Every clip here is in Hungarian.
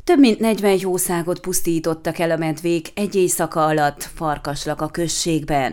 Több mint 40 jószágot pusztítottak el a medvék egy éjszaka alatt Farkaslaka községben.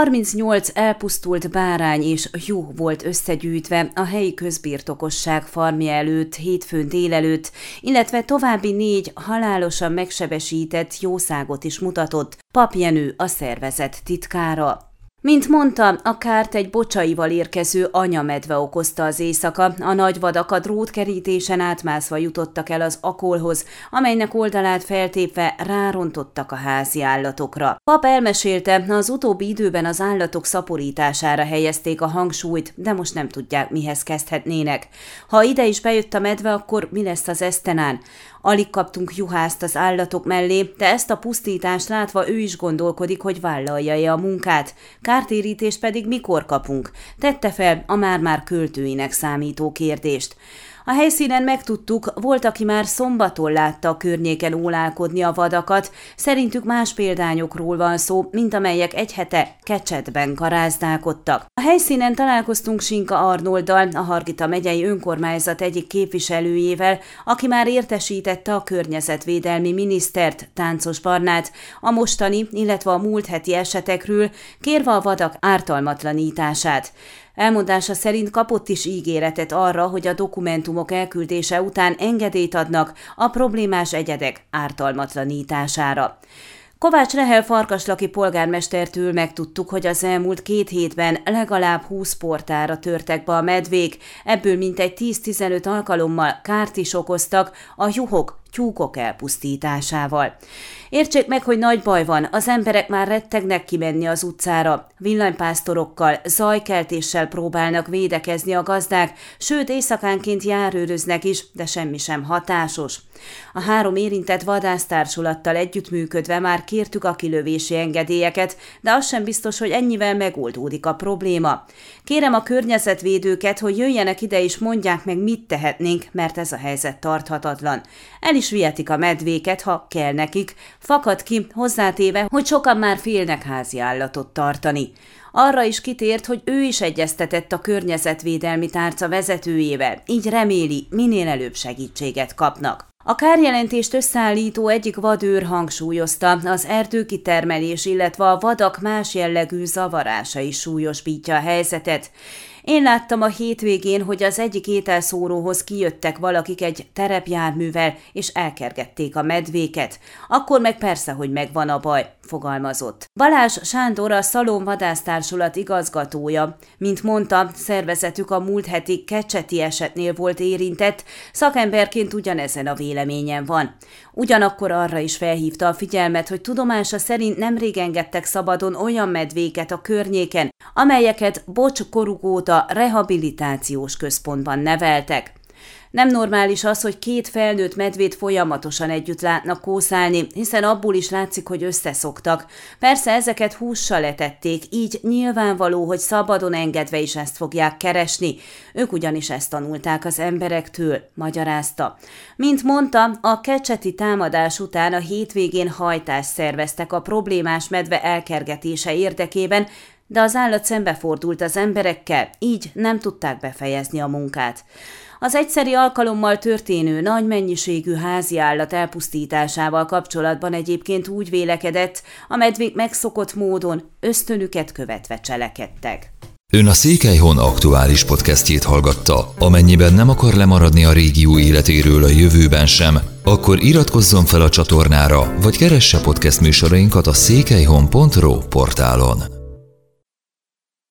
38 elpusztult bárány és juh volt összegyűjtve a helyi közbirtokosság farmja előtt hétfőn délelőtt, illetve további 4 halálosan megsebesített jószágot is mutatott Pap Jenő, a szervezet titkára. Mint mondta, a kárt egy bocsaival érkező anyamedve okozta az éjszaka, a nagy vadak a drótkerítésen átmászva jutottak el az akolhoz, amelynek oldalát feltépve rárontottak a házi állatokra. Pap elmesélte, az utóbbi időben az állatok szaporítására helyezték a hangsúlyt, de most nem tudják, mihez kezdhetnének. Ha ide is bejött a medve, akkor mi lesz az esztenán? Alig kaptunk juhászt az állatok mellé, de ezt a pusztítást látva ő is gondolkodik, hogy vállalja-e a munkát. Kártérítést pedig mikor kapunk? Tette fel a már-már költőinek számító kérdést. A helyszínen megtudtuk, volt, aki már szombaton látta a környéken ólálkodni a vadakat, szerintük más példányokról van szó, mint amelyek egy hete Kecsetben garázdálkodtak. A helyszínen találkoztunk Sinka Arnolddal, a Hargita megyei önkormányzat egyik képviselőjével, aki már értesítette a környezetvédelmi minisztert, Táncos Barnát, a mostani, illetve a múlt heti esetekről, kérve a vadak ártalmatlanítását. Elmondása szerint kapott is ígéretet arra, hogy a dokumentumok elküldése után engedélyt adnak a problémás egyedek ártalmatlanítására. Kovács Rehel farkaslaki polgármestertől megtudtuk, hogy az elmúlt 2 hétben legalább 20 portára törtek be a medvék, ebből mintegy 10-15 alkalommal kárt is okoztak a juhok, tyúkok elpusztításával. Értsék meg, hogy nagy baj van, az emberek már rettegnek kimenni az utcára. Villanypásztorokkal, zajkeltéssel próbálnak védekezni a gazdák, sőt éjszakánként járőröznek is, de semmi sem hatásos. A 3 érintett vadásztársulattal együttműködve már kértük a kilövési engedélyeket, de az sem biztos, hogy ennyivel megoldódik a probléma. Kérem a környezetvédőket, hogy jöjjenek ide és mondják meg, mit tehetnénk, mert ez a helyzet tarthatatlan. El is vihetik a medvéket, ha kell nekik, fakad ki, hozzátéve, hogy sokan már félnek házi állatot tartani. Arra is kitért, hogy ő is egyeztetett a környezetvédelmi tárca vezetőjével, így reméli, minél előbb segítséget kapnak. A kárjelentést összeállító egyik vadőr hangsúlyozta, az erdőkitermelés, illetve a vadak más jellegű zavarása is súlyosbítja a helyzetet. Én láttam a hétvégén, hogy az egyik ételszóróhoz kijöttek valakik egy terepjárművel, és elkergették a medvéket. Akkor meg persze, hogy megvan a baj, fogalmazott. Balázs Sándor, a Szalon Vadásztársulat igazgatója. Mint mondta, szervezetük a múlt heti kecseti esetnél volt érintett, szakemberként ugyanezen a véleményen van. Ugyanakkor arra is felhívta a figyelmet, hogy tudomása szerint nemrég engedtek szabadon olyan medvéket a környéken, amelyeket Bocs-koruk óta rehabilitációs központban neveltek. Nem normális az, hogy 2 felnőtt medvét folyamatosan együtt látnak kószálni, hiszen abból is látszik, hogy összeszoktak. Persze ezeket hússal etették, így nyilvánvaló, hogy szabadon engedve is ezt fogják keresni. Ők ugyanis ezt tanulták az emberektől, magyarázta. Mint mondta, a kecseti támadás után a hétvégén hajtást szerveztek a problémás medve elkergetése érdekében, de az állat szembefordult az emberekkel, így nem tudták befejezni a munkát. Az egyszeri alkalommal történő nagy mennyiségű háziállat elpusztításával kapcsolatban egyébként úgy vélekedett, a medvék megszokott módon ösztönüket követve cselekedtek. Ön a Székelyhon aktuális podcastjét hallgatta. Amennyiben nem akar lemaradni a régió életéről a jövőben sem, akkor iratkozzon fel a csatornára, vagy keresse podcast műsorainkat a székelyhon.ro portálon.